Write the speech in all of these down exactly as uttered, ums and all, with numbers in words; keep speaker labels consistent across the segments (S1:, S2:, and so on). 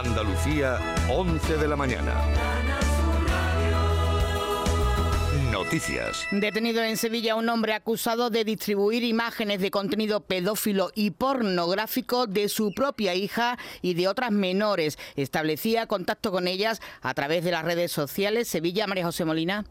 S1: Andalucía, once de la mañana. Noticias.
S2: Detenido en Sevilla un hombre acusado de distribuir imágenes de contenido pedófilo y pornográfico de su propia hija y de otras menores. Establecía contacto con ellas a través de las redes sociales. Sevilla, María José Molina.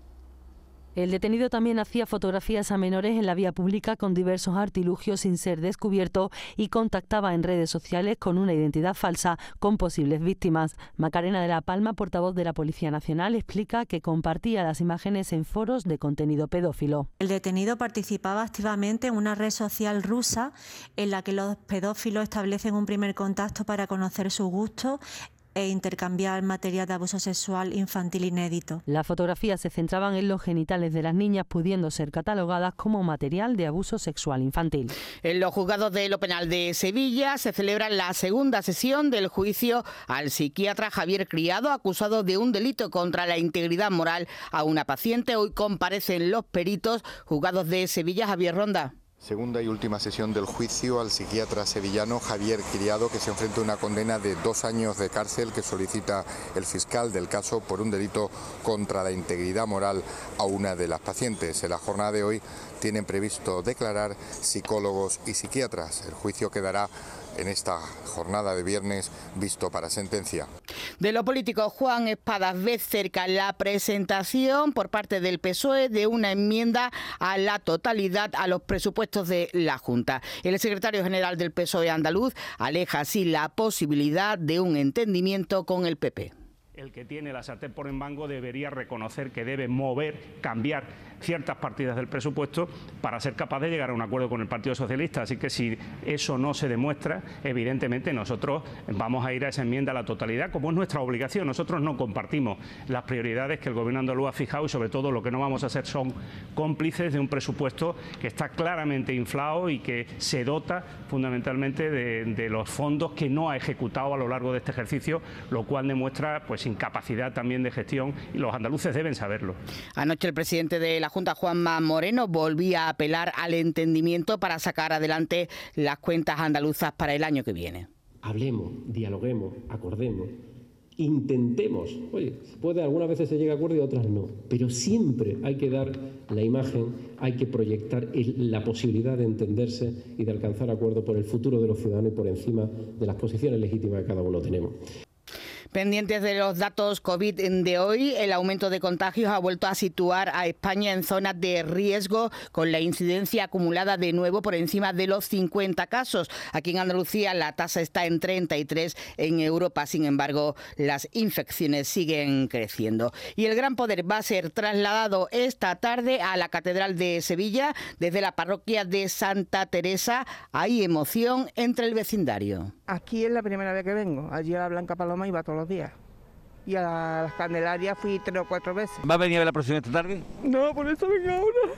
S3: El detenido también hacía fotografías a menores en la vía pública con diversos artilugios sin ser descubierto y contactaba en redes sociales con una identidad falsa con posibles víctimas. Macarena de la Palma, portavoz de la Policía Nacional, explica que compartía las imágenes en foros de contenido pedófilo.
S4: El detenido participaba activamente en una red social rusa en la que los pedófilos establecen un primer contacto para conocer sus gustos e intercambiar material de abuso sexual infantil inédito.
S3: Las fotografías se centraban en los genitales de las niñas, pudiendo ser catalogadas como material de abuso sexual infantil.
S2: En los juzgados de lo penal de Sevilla se celebra la segunda sesión del juicio al psiquiatra Javier Criado, acusado de un delito contra la integridad moral a una paciente. Hoy comparecen los peritos. Juzgados de Sevilla, Javier Ronda.
S5: Segunda y última sesión del juicio al psiquiatra sevillano Javier Criado, que se enfrenta a una condena de dos años de cárcel que solicita el fiscal del caso por un delito contra la integridad moral a una de las pacientes. En la jornada de hoy tienen previsto declarar psicólogos y psiquiatras. El juicio quedará en esta jornada de viernes visto para sentencia.
S2: De lo político, Juan Espadas ve cerca la presentación por parte del P S O E de una enmienda a la totalidad a los presupuestos de la Junta. El secretario general del P S O E andaluz aleja así la posibilidad de un entendimiento con el P P.
S6: El que tiene la sartén por el mango debería reconocer que debe mover, cambiar ciertas partidas del presupuesto para ser capaz de llegar a un acuerdo con el Partido Socialista. Así que si eso no se demuestra, evidentemente nosotros vamos a ir a esa enmienda a la totalidad, como es nuestra obligación. Nosotros no compartimos las prioridades que el Gobierno andaluz ha fijado y sobre todo lo que no vamos a hacer son cómplices de un presupuesto que está claramente inflado y que se dota fundamentalmente de, de los fondos que no ha ejecutado a lo largo de este ejercicio, lo cual demuestra pues incapacidad también de gestión y los andaluces deben saberlo.
S2: Anoche el presidente de la Junta, Juanma Moreno, volvía a apelar al entendimiento para sacar adelante las cuentas andaluzas para el año que viene.
S7: Hablemos, dialoguemos, acordemos, intentemos. Oye, puede algunas veces se llega a acuerdo y otras no, pero siempre hay que dar la imagen, hay que proyectar el, la posibilidad de entenderse y de alcanzar acuerdo por el futuro de los ciudadanos y por encima de las posiciones legítimas que cada uno tenemos.
S2: Pendientes de los datos COVID de hoy, el aumento de contagios ha vuelto a situar a España en zonas de riesgo, con la incidencia acumulada de nuevo por encima de los cincuenta casos. Aquí en Andalucía la tasa está en treinta y tres, en Europa, sin embargo, las infecciones siguen creciendo. Y el Gran Poder va a ser trasladado esta tarde a la Catedral de Sevilla desde la parroquia de Santa Teresa. Hay emoción entre el vecindario.
S8: Aquí es la primera vez que vengo. Allí a la Blanca Paloma iba todos los días. Y a las Candelarias fui tres o cuatro veces.
S9: ¿Va a venir a ver la procesión esta tarde?
S8: No, por eso vengo ahora.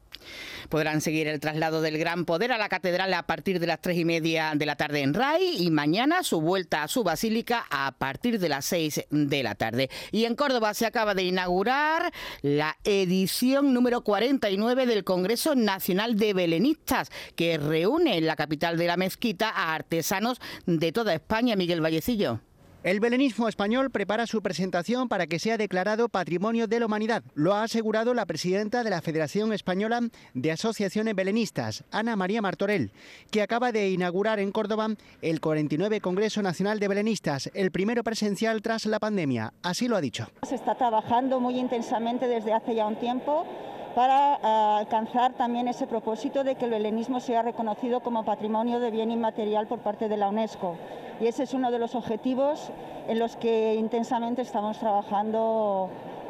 S2: Podrán seguir el traslado del Gran Poder a la Catedral a partir de las tres y media de la tarde en R A I y mañana su vuelta a su basílica a partir de las seis de la tarde. Y en Córdoba se acaba de inaugurar la edición número cuarenta y nueve del Congreso Nacional de Belenistas, que reúne en la capital de la mezquita a artesanos de toda España. Miguel Vallecillo.
S10: El belenismo español prepara su presentación para que sea declarado Patrimonio de la Humanidad. Lo ha asegurado la presidenta de la Federación Española de Asociaciones Belenistas, Ana María Martorell, que acaba de inaugurar en Córdoba el cuarenta y nueve Congreso Nacional de Belenistas, el primero presencial tras la pandemia. Así lo ha dicho.
S11: Se está trabajando muy intensamente desde hace ya un tiempo para uh, alcanzar también ese propósito de que el belenismo sea reconocido como patrimonio de bien inmaterial por parte de la UNESCO. Y ese es uno de los objetivos en los que intensamente estamos trabajando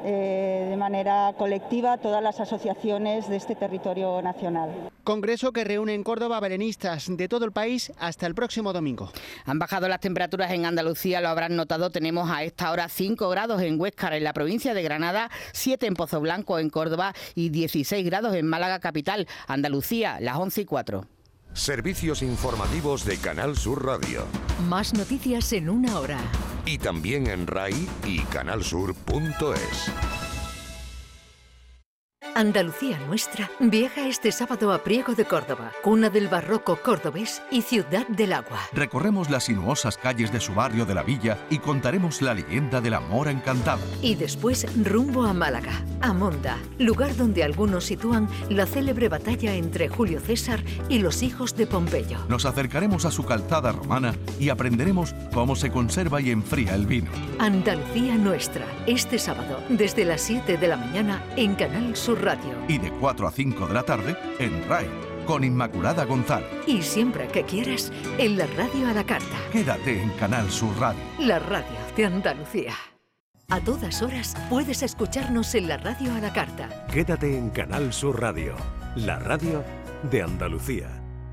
S11: eh, de manera colectiva todas las asociaciones de este territorio nacional.
S10: Congreso que reúne en Córdoba belenistas de todo el país hasta el próximo domingo.
S2: Han bajado las temperaturas en Andalucía, lo habrán notado. Tenemos a esta hora cinco grados en Huéscar, en la provincia de Granada, siete en Pozoblanco, en Córdoba y dieciséis grados en Málaga capital. Andalucía, las once y cuatro.
S1: Servicios informativos de Canal Sur Radio.
S12: Más noticias en una hora.
S1: Y también en R A I y canal sur punto es.
S12: Andalucía Nuestra viaja este sábado a Priego de Córdoba, cuna del barroco cordobés y ciudad del agua.
S9: Recorremos las sinuosas calles de su barrio de la Villa y contaremos la leyenda de la Mora Encantada.
S12: Y después rumbo a Málaga, a Monda, lugar donde algunos sitúan la célebre batalla entre Julio César y los hijos de Pompeyo.
S9: Nos acercaremos a su calzada romana y aprenderemos cómo se conserva y enfría el vino.
S12: Andalucía Nuestra, este sábado, desde las siete de la mañana en Canal Sur Radio.
S9: Y de cuatro a cinco de la tarde en R A I, con Inmaculada González.
S12: Y siempre que quieras, en la radio a la carta.
S9: Quédate en Canal Sur Radio.
S12: La radio de Andalucía. A todas horas puedes escucharnos en la radio a la carta.
S1: Quédate en Canal Sur Radio, la radio de Andalucía.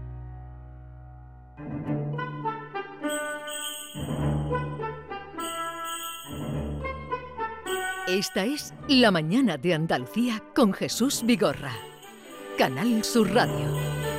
S12: Esta es La Mañana de Andalucía con Jesús Vigorra. Canal Sur Radio.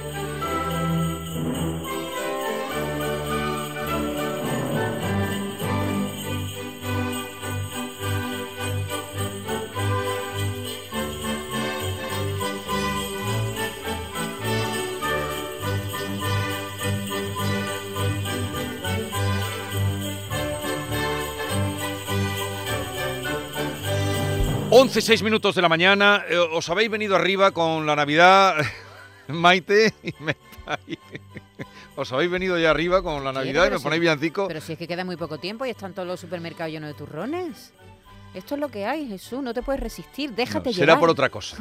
S13: once, seis minutos de la mañana, eh, os habéis venido arriba con la Navidad, Maite, y me estáis... Os habéis venido ya arriba con la Navidad y me
S14: si,
S13: ponéis villancicos.
S14: Pero si es que queda muy poco tiempo y están todos los supermercados llenos de turrones. Esto es lo que hay, Jesús, no te puedes resistir, déjate
S13: No,
S14: llevar.
S13: será por otra cosa.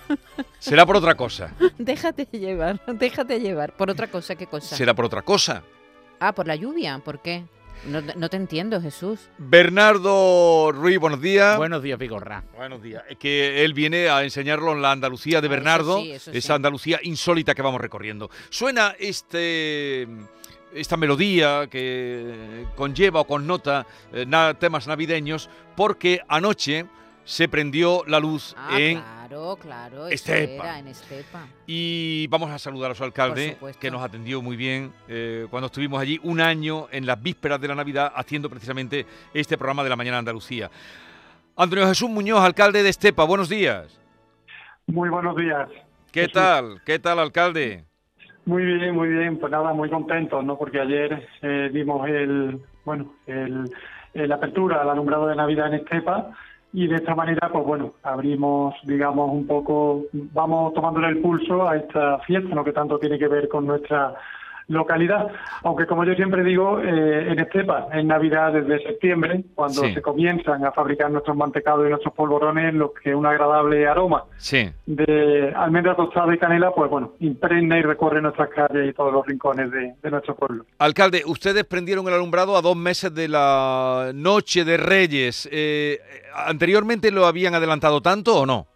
S13: Será por otra cosa.
S14: Déjate llevar, déjate llevar. ¿Por otra cosa? ¿Qué cosa?
S13: Será por otra cosa.
S14: Ah, por la lluvia, ¿por qué? No, no te entiendo, Jesús.
S13: Bernardo Ruiz, buenos días.
S15: Buenos días, Vigorra.
S13: Buenos días. Es que él viene a enseñarlo en la Andalucía de
S14: Ah,
S13: Bernardo,
S14: eso sí, eso sí.
S13: esa Andalucía insólita que vamos recorriendo. Suena este... esta melodía que conlleva o connota eh, na, temas navideños porque anoche se prendió la luz
S14: Ah,
S13: en
S14: claro, claro, eso
S13: Estepa.
S14: era en Estepa.
S13: Y vamos a saludar a su alcalde,
S14: Por supuesto.
S13: que nos atendió muy bien eh, cuando estuvimos allí un año en las vísperas de la Navidad haciendo precisamente este programa de la Mañana Andalucía. Antonio Jesús Muñoz, alcalde de Estepa, buenos días.
S16: Muy buenos días.
S13: ¿Qué
S16: Jesús.
S13: tal? ¿Qué tal, alcalde?
S16: Muy bien, muy bien. Pues nada, muy contentos, ¿no? Porque ayer eh, vimos el, bueno, el, el apertura al alumbrado de Navidad en Estepa y de esta manera, pues bueno, abrimos, digamos, un poco, vamos tomándole el pulso a esta fiesta, ¿no? Que tanto tiene que ver con nuestra localidad. Aunque, como yo siempre digo, eh, en Estepa, en Navidad desde septiembre, cuando
S13: Sí.
S16: se comienzan a fabricar nuestros mantecados y nuestros polvorones, lo que un agradable aroma
S13: Sí.
S16: de almendra tostada y canela, pues bueno, impregna y recorre nuestras calles y todos los rincones de, de nuestro pueblo.
S13: Alcalde, ustedes prendieron el alumbrado a dos meses de la Noche de Reyes. Eh, ¿Anteriormente lo habían adelantado tanto o no?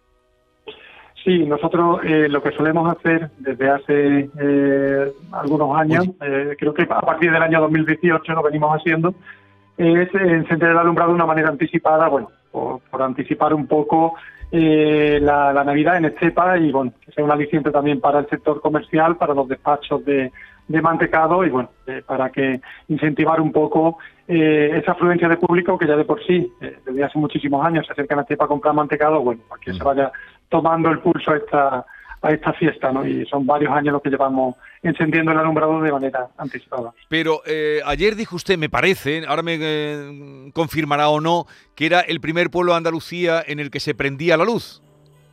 S16: Sí, nosotros eh, lo que solemos hacer desde hace eh, algunos años, eh, creo que a partir del año dos mil dieciocho lo venimos haciendo, es eh, encender el alumbrado de una manera anticipada, bueno, por, por anticipar un poco eh, la, la Navidad en Estepa y bueno, que sea un aliciente también para el sector comercial, para los despachos de, de mantecado y bueno, eh, para que incentivar un poco eh, esa afluencia de público que ya de por sí, eh, desde hace muchísimos años se acercan a Estepa a comprar mantecado, bueno, para que se vaya tomando el pulso a esta a esta fiesta, ¿no? Y son varios años los que llevamos encendiendo el alumbrado de manera anticipada.
S13: Pero eh, ayer dijo usted, me parece, ahora me eh, confirmará o no, que era el primer pueblo de Andalucía en el que se prendía la luz.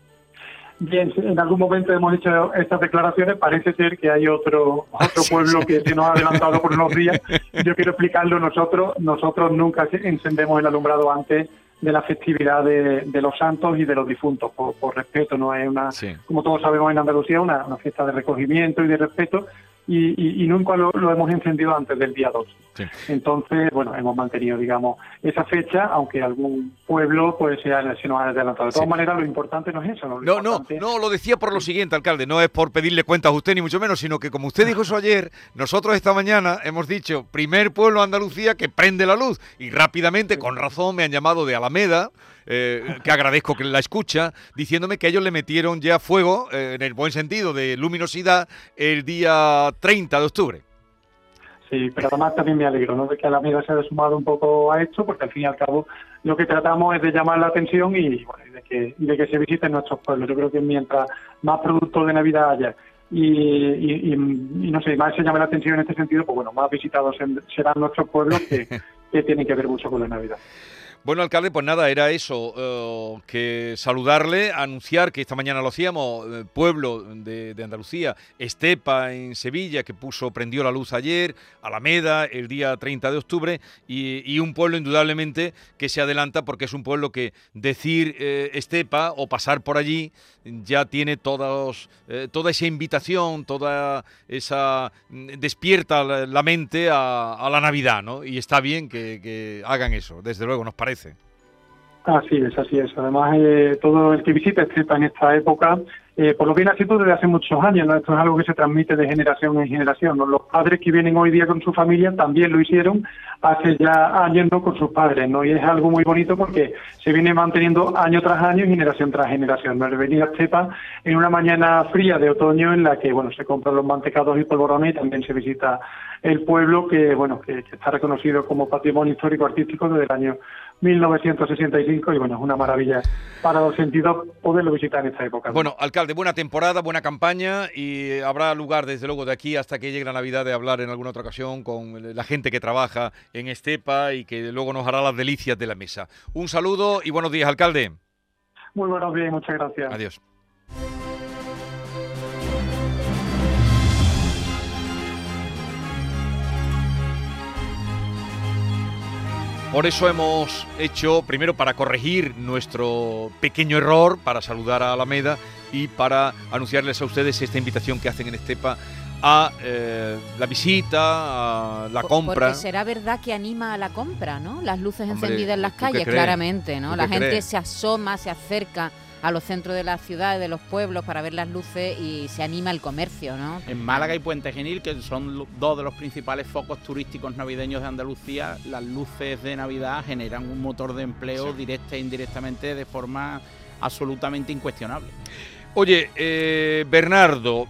S16: Bien, en algún momento hemos hecho estas declaraciones, parece ser que hay otro otro pueblo que se nos ha adelantado por unos días. Yo quiero explicarlo, nosotros nosotros nunca encendemos el alumbrado antes de la festividad de, de los santos y de los difuntos, por, por respeto, no es una,
S13: Sí.
S16: como todos sabemos en Andalucía, una, una fiesta de recogimiento y de respeto, y, y, y nunca lo, lo hemos encendido antes del día dos.
S13: Sí.
S16: Entonces, bueno, hemos mantenido, digamos, esa fecha, aunque algún pueblo pues se, ha, se nos ha adelantado. De todas
S13: Sí.
S16: maneras, lo importante no es eso. ¿no? Lo
S13: No, no,
S16: importante-
S13: no, lo decía por lo siguiente, alcalde, no es por pedirle cuentas a usted ni mucho menos, sino que como usted dijo eso ayer, nosotros esta mañana hemos dicho, primer pueblo de Andalucía que prende la luz, y rápidamente, con razón, me han llamado de Alameda, eh, que agradezco que la escucha, diciéndome que ellos le metieron ya fuego, eh, en el buen sentido de luminosidad, el día treinta de octubre.
S16: Sí, pero además también me alegro, ¿no?, de que Alameda se haya sumado un poco a esto, porque al fin y al cabo lo que tratamos es de llamar la atención y, bueno, y de que, y de que se visiten nuestros pueblos. Yo creo que mientras más productos de Navidad haya y, y, y, y no sé, más se llame la atención en este sentido, pues bueno, más visitados serán nuestros pueblos que, que tienen que ver mucho con la Navidad.
S13: Bueno, alcalde, pues nada, era eso, eh, que saludarle, anunciar que esta mañana lo hacíamos, eh, pueblo de, de Andalucía, Estepa en Sevilla, que puso, prendió la luz ayer, Alameda el día treinta de octubre, y, y un pueblo indudablemente que se adelanta porque es un pueblo que decir eh, Estepa o pasar por allí ya tiene todos, eh, toda esa invitación, toda esa... despierta la, la mente a, a la Navidad, ¿no? Y está bien que, que hagan eso, desde luego, nos parece.
S16: Así es, así es. Además, eh, todo el que visita Estepa en esta época, eh, por lo bien haciendo desde hace muchos años, ¿no? Esto es algo que se transmite de generación en generación, ¿no? Los padres que vienen hoy día con su familia también lo hicieron hace ya años, ¿no? Con sus padres, ¿no? Y es algo muy bonito porque se viene manteniendo año tras año y generación tras generación, ¿no? El venir a Estepa en una mañana fría de otoño en la que, bueno, se compran los mantecados y polvorones y también se visita el pueblo que, bueno, que, que está reconocido como patrimonio histórico artístico desde el año mil novecientos sesenta y cinco y bueno, es una maravilla para los sentidos poderlo visitar en esta época, ¿no?
S13: Bueno, alcalde, buena temporada, buena campaña y habrá lugar desde luego de aquí hasta que llegue la Navidad de hablar en alguna otra ocasión con la gente que trabaja en Estepa y que luego nos hará las delicias de la mesa. Un saludo y buenos días, alcalde.
S16: Muy buenos días y muchas gracias.
S13: Adiós. Por eso hemos hecho, primero para corregir nuestro pequeño error, para saludar a Alameda y para anunciarles a ustedes esta invitación que hacen en Estepa a eh, la visita, a la compra.
S14: Porque será verdad que anima a la compra, ¿no? Las luces
S13: Hombre,
S14: encendidas en las calles, claramente, ¿no? La gente se asoma, se acerca a los centros de las ciudades, de los pueblos, para ver las luces y se anima el comercio, ¿no?
S15: En Málaga y Puente Genil, que son dos de los principales focos turísticos navideños de Andalucía, las luces de Navidad generan un motor de empleo sí. directa e indirectamente de forma absolutamente incuestionable.
S13: Oye, eh, Bernardo,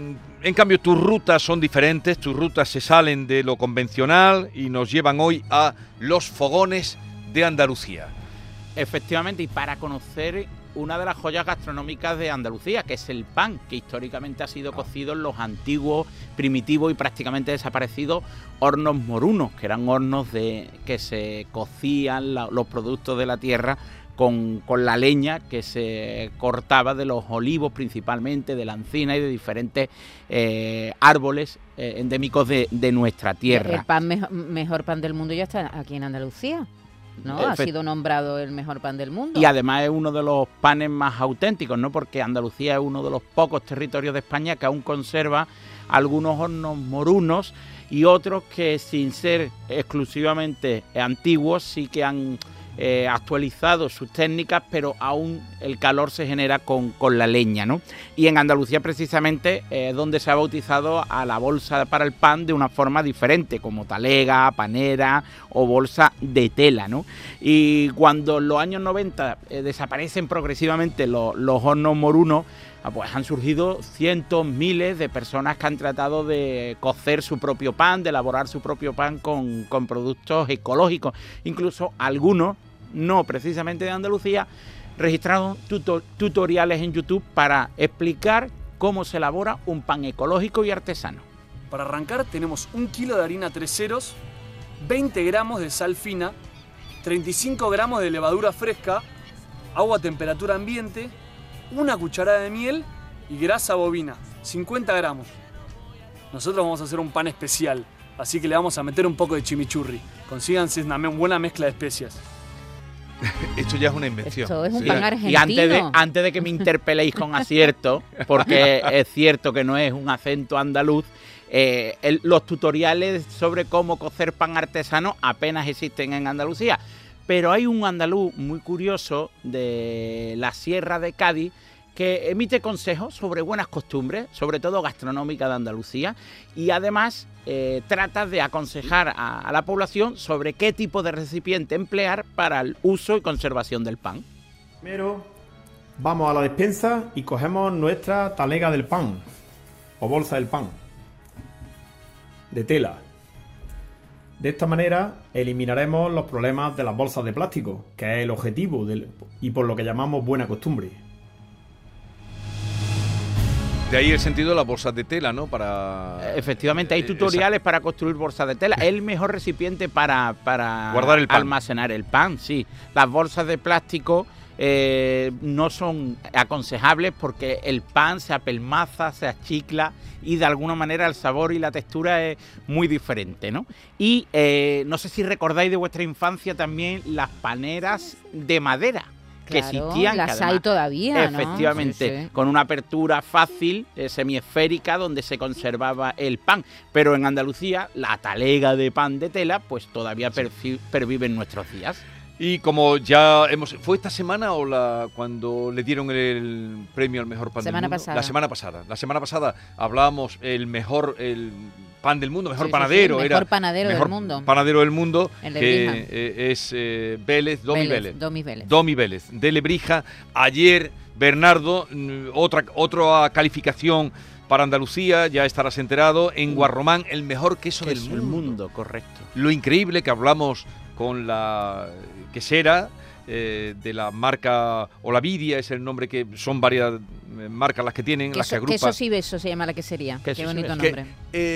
S13: en cambio tus rutas son diferentes, tus rutas se salen de lo convencional y nos llevan hoy a los fogones de Andalucía.
S15: Efectivamente, y para conocer una de las joyas gastronómicas de Andalucía, que es el pan, que históricamente ha sido cocido en los antiguos, primitivos y prácticamente desaparecidos hornos morunos, que eran hornos de que se cocían la, los productos de la tierra con, con la leña que se cortaba de los olivos principalmente, de la encina y de diferentes eh, árboles eh, endémicos de, de nuestra tierra.
S14: El pan me, mejor pan del mundo ya está aquí en Andalucía, ¿no? Ha sido nombrado el mejor pan del mundo.
S15: Y además es uno de los panes más auténticos, ¿no? Porque Andalucía es uno de los pocos territorios de España que aún conserva algunos hornos morunos y otros que, sin ser exclusivamente antiguos, sí que han eh, actualizado sus técnicas, pero aún el calor se genera con, con la leña, ¿no? Y en Andalucía precisamente es eh, donde se ha bautizado a la bolsa para el pan de una forma diferente, como talega, panera o bolsa de tela, ¿no? Y cuando en los años noventa eh, desaparecen progresivamente los, los hornos morunos, pues han surgido cientos, miles de personas que han tratado de cocer su propio pan, de elaborar su propio pan con, con productos ecológicos. Incluso algunos, no precisamente de Andalucía, registraron tuto- tutoriales en YouTube para explicar cómo se elabora un pan ecológico y artesano.
S17: Para arrancar tenemos un kilo de harina tres ceros, veinte gramos de sal fina, treinta y cinco gramos de levadura fresca, agua a temperatura ambiente, una cucharada de miel y grasa bovina, cincuenta gramos. Nosotros vamos a hacer un pan especial, así que le vamos a meter un poco de chimichurri. Consíganse una buena mezcla de especias.
S13: Esto ya es una invención.
S14: Esto es un
S15: Sí.
S14: pan argentino.
S15: Y antes de, antes de que me interpeléis con acierto, porque es cierto que no es un acento andaluz, eh, el, los tutoriales sobre cómo cocer pan artesano apenas existen en Andalucía. Pero hay un andaluz muy curioso de la Sierra de Cádiz que emite consejos sobre buenas costumbres, sobre todo gastronómicas de Andalucía, y además eh, trata de aconsejar a, a la población sobre qué tipo de recipiente emplear para el uso y conservación del pan.
S18: Primero vamos a la despensa y cogemos nuestra talega del pan o bolsa del pan de tela. De esta manera eliminaremos los problemas de las bolsas de plástico, que es el objetivo del, y por lo que llamamos buena costumbre.
S13: De ahí el sentido de las bolsas de tela, ¿no? Para
S15: Efectivamente, hay tutoriales Esa. para construir bolsas de tela. Es el mejor recipiente para, para
S13: guardar el pan.
S15: almacenar el pan, sí. Las bolsas de plástico eh, no son aconsejables porque el pan se apelmaza, se achicla y de alguna manera el sabor y la textura es muy diferente, ¿no? Y eh, no sé si recordáis de vuestra infancia también las paneras de madera. Que
S14: claro,
S15: existían,
S14: las
S15: que además,
S14: hay todavía,
S15: efectivamente,
S14: ¿no? Sí, sí.
S15: Con una apertura fácil, eh, semiesférica, donde se conservaba el pan. Pero en Andalucía, la talega de pan de tela, pues todavía sí. pervive en nuestros días.
S13: Y como ya hemos... ¿Fue esta semana o la cuando le dieron el premio al mejor pan
S14: semana
S13: del mundo?
S14: Pasada.
S13: La semana pasada. La semana pasada hablábamos el mejor... el pan del mundo, mejor
S14: sí,
S13: panadero.
S14: Sí, sí.
S13: Era
S14: mejor panadero
S13: mejor
S14: del mundo.
S13: Panadero del mundo,
S14: el
S13: que eh, es eh, Vélez, Domi
S14: Vélez,
S13: Vélez.
S14: Domi Vélez.
S13: Domi Vélez, de Lebrija. Ayer, Bernardo, otra, otra calificación para Andalucía, ya estarás enterado, en Guarromán, el mejor queso, queso del mundo.
S15: del mundo, correcto.
S13: Lo increíble que hablamos con la quesera, Eh, de la marca Olavidia, es el nombre que son varias eh, marcas las que tienen,
S14: queso,
S13: las que agrupan.
S14: Quesos y besos se llama la quesería. Qué bonito nombre.
S13: Que,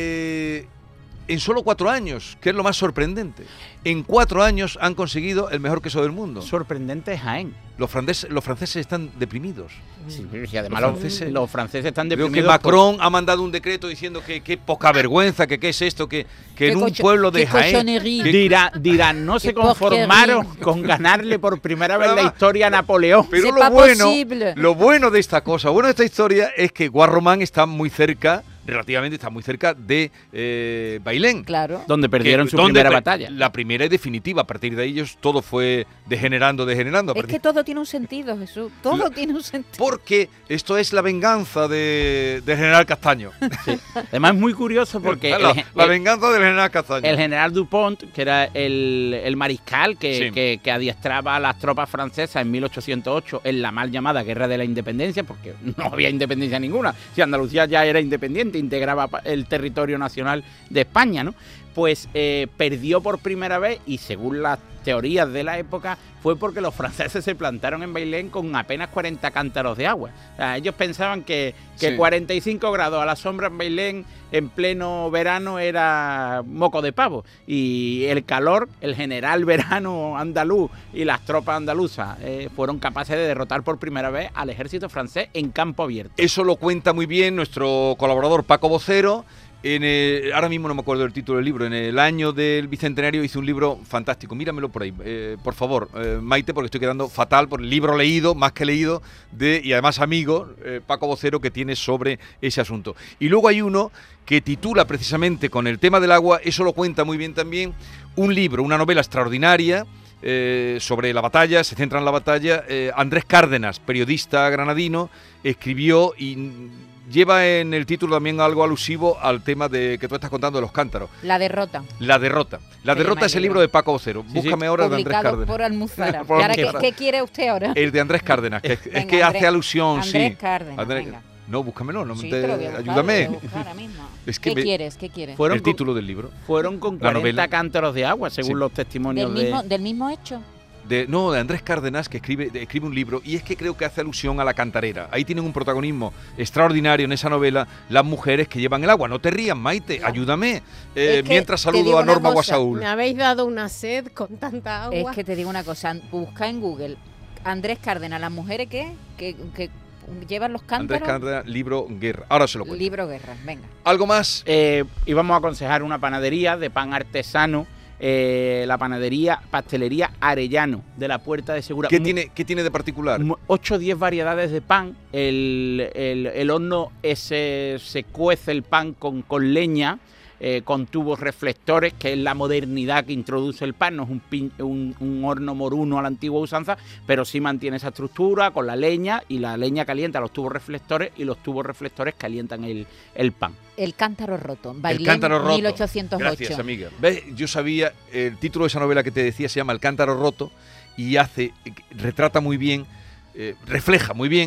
S13: eh, en solo cuatro años, que es lo más sorprendente, en cuatro años han conseguido el mejor queso del mundo.
S15: Sorprendente es Jaén.
S13: Los franceses, los franceses están deprimidos.
S15: Sí, y además los franceses, los franceses están deprimidos.
S13: Creo que Macron por... ha mandado un decreto diciendo que qué poca vergüenza, que qué es esto, que, que en un
S14: cocho,
S13: pueblo de Jaén...
S15: Que, dirá, dirán, no se conformaron con ganarle por primera vez la historia a Napoleón.
S13: Pero lo bueno, lo bueno de esta cosa, bueno de esta historia es que Guarromán está muy cerca... relativamente está muy cerca de eh, Bailén.
S14: Claro.
S15: Donde perdieron
S13: que,
S15: su
S13: donde
S15: primera
S13: pe
S15: batalla.
S13: La primera y definitiva. A partir de ellos todo fue degenerando, degenerando.
S14: Es que todo tiene un sentido, Jesús. Todo la, tiene un sentido.
S13: Porque esto es la venganza de, de General Castaño.
S15: Sí. Además es muy curioso porque...
S13: la,
S15: el,
S13: la
S15: el,
S13: venganza del General Castaño.
S15: El General Dupont, que era el, el mariscal que,
S13: sí.
S15: que, que adiestraba a las tropas francesas en mil ochocientos ocho en la mal llamada Guerra de la Independencia, porque no había independencia ninguna. Si Andalucía ya era independiente, integraba el territorio nacional de España, ¿no? Pues eh, perdió por primera vez y según las teorías de la época fue porque los franceses se plantaron en Bailén con apenas cuarenta cántaros de agua. O sea, ellos pensaban que, que sí. cuarenta y cinco grados a la sombra en Bailén en pleno verano era moco de pavo y el calor, el general verano andaluz y las tropas andaluzas eh, fueron capaces de derrotar por primera vez al ejército francés en campo abierto.
S13: Eso lo cuenta muy bien nuestro colaborador Paco Vocero. En el, ahora mismo no me acuerdo del título del libro. En el año del Bicentenario hice un libro fantástico. Míramelo por ahí, eh, por favor, eh, Maite, porque estoy quedando fatal por el libro leído, más que leído, de y además amigo, eh, Paco Vocero, que tiene sobre ese asunto. Y luego hay uno que titula precisamente con el tema del agua, eso lo cuenta muy bien también, un libro, una novela extraordinaria, Eh, sobre la batalla, se centra en la batalla. eh, Andrés Cárdenas, periodista granadino, escribió y lleva en el título también algo alusivo al tema de que tú estás contando de los cántaros.
S14: La derrota.
S13: La derrota. La derrota es el libro de Paco Vocero.
S15: Sí,
S13: Búscame
S15: sí.
S13: ahora de Andrés Cárdenas.
S14: Por Almuzara.
S13: por
S14: ¿Y ahora
S13: Almuzara.
S14: ¿qué, qué quiere usted ahora?
S13: El de Andrés Cárdenas, que es,
S14: venga,
S13: es que
S14: Andrés,
S13: hace alusión,
S14: Andrés
S13: sí.
S14: Cárdenas,
S13: Andrés,
S14: venga.
S13: No, búscamelo, no
S14: sí,
S13: te,
S14: te lo voy a buscar,
S13: ayúdame.
S14: Lo voy a buscar ahora mismo.
S13: Es que
S14: ¿Qué
S13: me,
S14: quieres? ¿Qué quieres?
S13: El
S15: con,
S13: título del libro.
S15: Fueron con cuarenta cántaros de agua, según
S13: sí.
S15: los testimonios
S14: ¿Del
S15: de...
S14: mismo, ¿Del mismo hecho?
S13: De, no, de Andrés Cárdenas, que escribe, de, escribe un libro, y es que creo que hace alusión a la cantarera. Ahí tienen un protagonismo extraordinario en esa novela, las mujeres que llevan el agua. No te rías, Maite, claro. ayúdame. Eh,
S19: es
S13: mientras saludo a Norma
S19: cosa,
S13: Guasaúl.
S19: Me habéis dado una sed con tanta agua.
S14: Es que te digo una cosa, busca en Google, Andrés Cárdenas, ¿las mujeres qué? Que, que llevan los cántaros.
S13: Andrés Cárdenas, libro Guerra. Ahora se lo cuento.
S14: Libro Guerra, venga.
S13: ¿Algo más?
S15: Eh, íbamos a aconsejar una panadería de pan artesano. Eh, la panadería, pastelería Arellano, de la Puerta de Segura.
S13: ¿Qué tiene, ¿qué tiene de particular?
S15: ocho o diez variedades de pan. El, el, el horno ese, se cuece el pan con, con leña, eh, con tubos reflectores, que es la modernidad que introduce el pan. No es un, pin, un, un horno moruno a la antigua usanza, pero sí mantiene esa estructura con la leña, y la leña calienta los tubos reflectores y los tubos reflectores calientan el, el pan.
S14: El cántaro roto, Bailén,
S13: el cántaro roto.
S14: mil ochocientos ocho.
S13: Gracias, amiga. ¿Ves? Yo sabía, el título de esa novela que te decía se llama El cántaro roto y hace, retrata muy bien, eh, refleja muy bien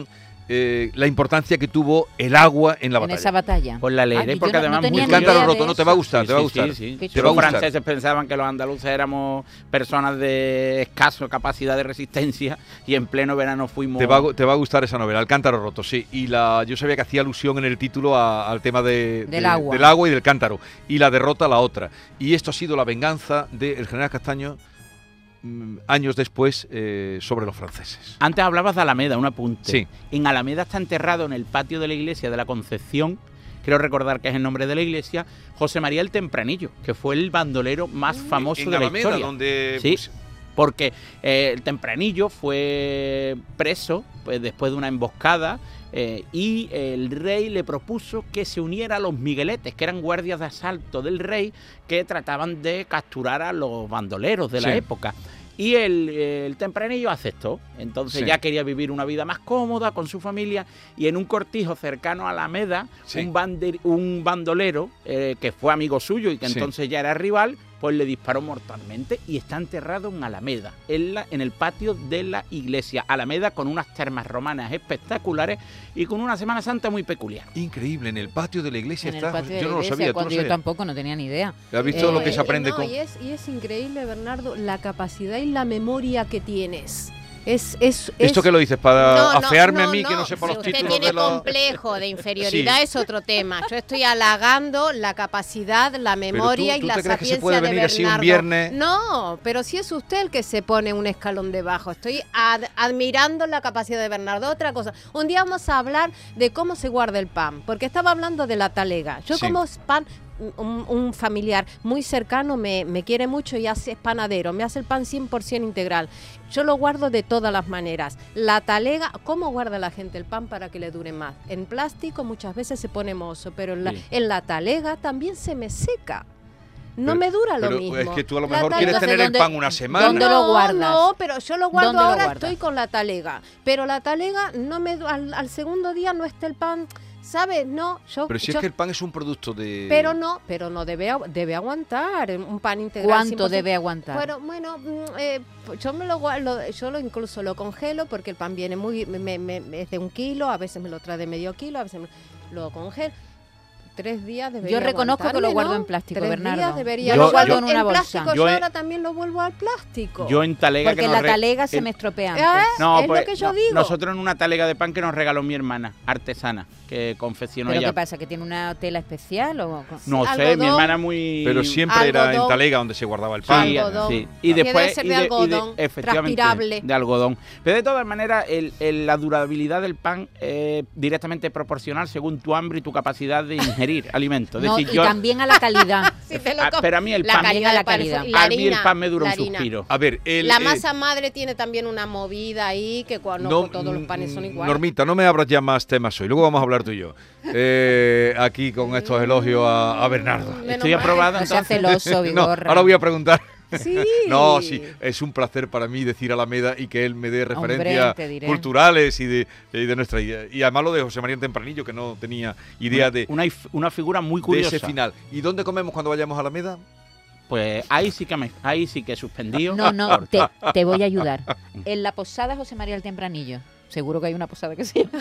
S13: eh, la importancia que tuvo el agua en la batalla.
S14: En esa batalla.
S15: Pues la leeré,
S14: Ay,
S15: porque
S14: yo no-
S15: además
S14: no tenía
S13: El
S14: ni
S13: cántaro
S14: idea de
S13: roto, no te
S14: eso.
S13: va a gustar,
S15: Sí,
S13: te va a
S15: sí,
S13: gustar.
S15: sí, sí.
S13: Te va a
S15: Los
S13: gustar.
S15: franceses pensaban que los andaluces éramos personas de escaso capacidad de resistencia y en pleno verano fuimos...
S13: Te va, a gu- te va a gustar esa novela, El cántaro roto, sí. Y la, yo sabía que hacía alusión en el título a- al tema de,
S14: Del
S13: de-
S14: agua.
S13: del agua y del cántaro. Y la derrota la otra. Y esto ha sido la venganza del general Castaño mm, años después eh, sobre los franceses.
S15: Antes hablabas de Alameda, un apunte.
S13: Sí.
S15: En Alameda está enterrado en el patio de la iglesia de la Concepción, creo recordar que es el nombre de la iglesia, José María el Tempranillo, que fue el bandolero más famoso
S13: en
S15: de la
S13: Alameda,
S15: historia.
S13: donde,
S15: Sí,
S13: pues,
S15: porque eh, el Tempranillo fue preso pues, después de una emboscada eh, y el rey le propuso que se uniera a los migueletes, que eran guardias de asalto del rey que trataban de capturar a los bandoleros de la
S13: Sí.
S15: época. Y el, el Tempranillo aceptó. Entonces
S13: Sí.
S15: ya quería vivir una vida más cómoda con su familia y en un cortijo cercano a Alameda,
S13: Sí.
S15: un, bander- un bandolero eh, que fue amigo suyo y que
S13: Sí.
S15: entonces ya era rival, pues le disparó mortalmente y está enterrado en Alameda, en, la, en el patio de la iglesia. Alameda con unas termas romanas espectaculares y con una Semana Santa muy peculiar.
S13: increíble, en el patio de la iglesia
S14: En el
S13: está.
S14: patio de
S13: Yo
S14: la
S13: no lo
S14: iglesia,
S13: sabía, tú
S14: cuando
S13: lo
S14: yo
S13: sabías.
S14: tampoco no tenía ni idea.
S13: ¿Has visto
S14: Eh,
S13: lo que se aprende
S19: no,
S13: con...?
S19: y, es, y es increíble, Bernardo, la capacidad y la memoria que tienes. Es, es,
S13: ¿Esto
S19: es-
S13: que lo dices? ¿Para
S19: No, no,
S13: afearme a
S19: no,
S13: mí que
S19: no.
S13: no sepa
S19: Si
S13: los
S19: usted
S13: títulos
S19: tiene
S13: de la...?
S19: complejo de inferioridad
S13: Sí.
S19: es otro tema. Yo estoy halagando la capacidad, la memoria
S13: tú-
S19: y
S13: ¿tú
S19: la
S13: te crees que se
S19: sapiencia
S13: puede
S19: de
S13: venir así un
S19: Bernardo.
S13: viernes?
S19: No, pero si es usted el que se pone un escalón debajo. Estoy ad- admirando la capacidad de Bernardo. Otra cosa, un día vamos a hablar de cómo se guarda el pan, porque estaba hablando de la talega. Yo
S13: Sí.
S19: como pan... Un, un familiar muy cercano me, me quiere mucho y hace, es panadero, me hace el pan cien por ciento integral. Yo lo guardo de todas las maneras. La talega, ¿cómo guarda la gente el pan para que le dure más? En plástico muchas veces se pone mozo, pero en la,
S15: Sí.
S19: en la talega también se me seca. No
S13: Pero-
S19: me dura lo
S13: pero
S19: mismo.
S13: es que tú a lo
S19: La
S13: mejor
S19: talega-
S13: quieres tener el
S14: ¿dónde-
S13: pan una semana.
S14: dónde lo
S19: no,
S14: guardas?
S19: no, pero yo lo guardo
S14: ¿Dónde lo
S19: ahora,
S14: guardas?
S19: estoy con la talega. Pero la talega, no me du- al, al segundo día no está el pan, ¿sabes? No, yo...
S13: Pero si
S19: yo-
S13: es que el pan es un producto de...
S19: pero no, pero no debe, agu- debe aguantar un pan integral.
S14: ¿Cuánto
S19: cien por ciento.
S14: debe aguantar?
S19: Bueno, bueno, mm, eh, pues yo me lo guardo, yo lo incluso lo congelo porque el pan viene muy, me, me- me- es de un kilo, a veces me lo trae de medio kilo, a veces me, lo congelo. Tres días debería
S14: Yo reconozco que lo
S19: aguantarme,
S14: guardo
S19: ¿no?
S14: en plástico,
S19: Tres
S14: Bernardo.
S19: días debería.
S15: Yo lo
S19: guardo
S14: guardo en una bolsa.
S19: plástico,
S15: Yo
S19: yo
S15: he-
S19: ahora también lo vuelvo al plástico.
S15: Yo en talega
S14: Porque
S15: que
S14: la
S15: nos re-
S14: talega se
S15: en-
S14: me estropea
S19: ¿Eh?
S14: antes.
S15: No,
S19: es
S15: pues,
S19: lo que yo
S15: no,
S19: digo.
S15: Nosotros en una talega de pan que nos regaló mi hermana, artesana, que confeccionó
S14: ¿Pero
S15: ella.
S14: qué pasa? ¿Que tiene una tela especial o...?
S15: No
S19: Sí,
S15: sé, mi
S19: algodón.
S15: hermana muy...
S13: Pero siempre era en
S19: Algodón.
S13: talega donde se guardaba el pan.
S15: Sí,
S19: Algodón.
S15: sí. Y
S19: Debe
S15: después
S19: ser
S15: y
S19: de
S15: de- y de-
S19: algodón,
S15: efectivamente,
S19: transpirable.
S15: de algodón. Pero de todas maneras, el, el- la durabilidad del pan es directamente proporcional según tu hambre y tu capacidad de ingerir alimentos. Es
S14: No,
S15: decir,
S14: y
S15: yo,
S14: también a la calidad.
S19: Si te lo
S15: Ah,
S19: com-
S15: pero a mí el
S19: la
S15: pan-
S19: calidad
S14: la
S19: del pan,
S14: calidad.
S19: y la
S15: a mí el
S19: harina,
S15: pan me dura
S19: la
S15: un
S19: harina.
S15: suspiro.
S13: A ver, el,
S19: La
S13: eh,
S19: masa madre tiene también una movida ahí que cuando
S13: no,
S19: todos los panes son iguales.
S13: Normita, no me abras ya más temas hoy. Luego vamos a hablar tú y yo. Eh, aquí con estos elogios a, a Bernardo.
S15: Estoy aprobado
S14: No sea
S15: entonces.
S14: celoso,
S13: No,
S14: Vigorra.
S13: ahora voy a preguntar.
S19: Sí.
S13: No, sí, es un placer para mí decir Alameda y que él me dé referencias
S14: te diré.
S13: culturales y de, y de nuestra idea. Y además lo de José María Tempranillo, que no tenía idea de,
S15: Una, if- una figura muy
S13: de
S15: curiosa.
S13: ese final. ¿Y dónde comemos cuando vayamos a Alameda?
S15: Pues ahí sí que me, ahí sí que he suspendido.
S14: No, no,
S15: Porque-
S14: te, te voy a ayudar. En la posada José María el Tempranillo. Seguro que hay una posada que se llama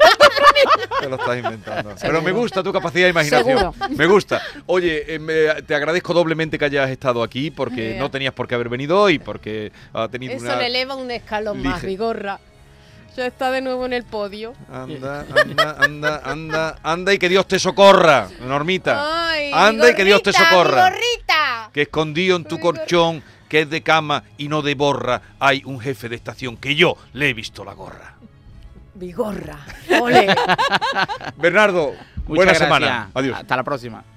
S13: Te lo estás inventando. Pero me gusta tu capacidad de imaginación.
S14: Seguro.
S13: Me gusta. Oye, eh, me- te agradezco doblemente que hayas estado aquí porque
S19: Yeah.
S13: no tenías por qué haber venido hoy, porque ha tenido
S19: Eso
S13: una...
S19: le eleva un escalón más,
S13: lige-
S19: Vigorra. Ya está de nuevo en el podio.
S13: Anda, anda, anda, anda, anda y que Dios te socorra, Normita.
S19: Ay,
S13: Anda y que Dios te
S19: Vigorrita,
S13: socorra.
S19: Vigorrita.
S13: Que escondido en tu colchón, que es de cama y no de borra, hay un jefe de estación que yo le he visto la gorra.
S19: Vigorra. Ole.
S13: Bernardo,
S15: Muchas
S13: buena
S15: gracias.
S13: semana. Adiós.
S15: Hasta la próxima.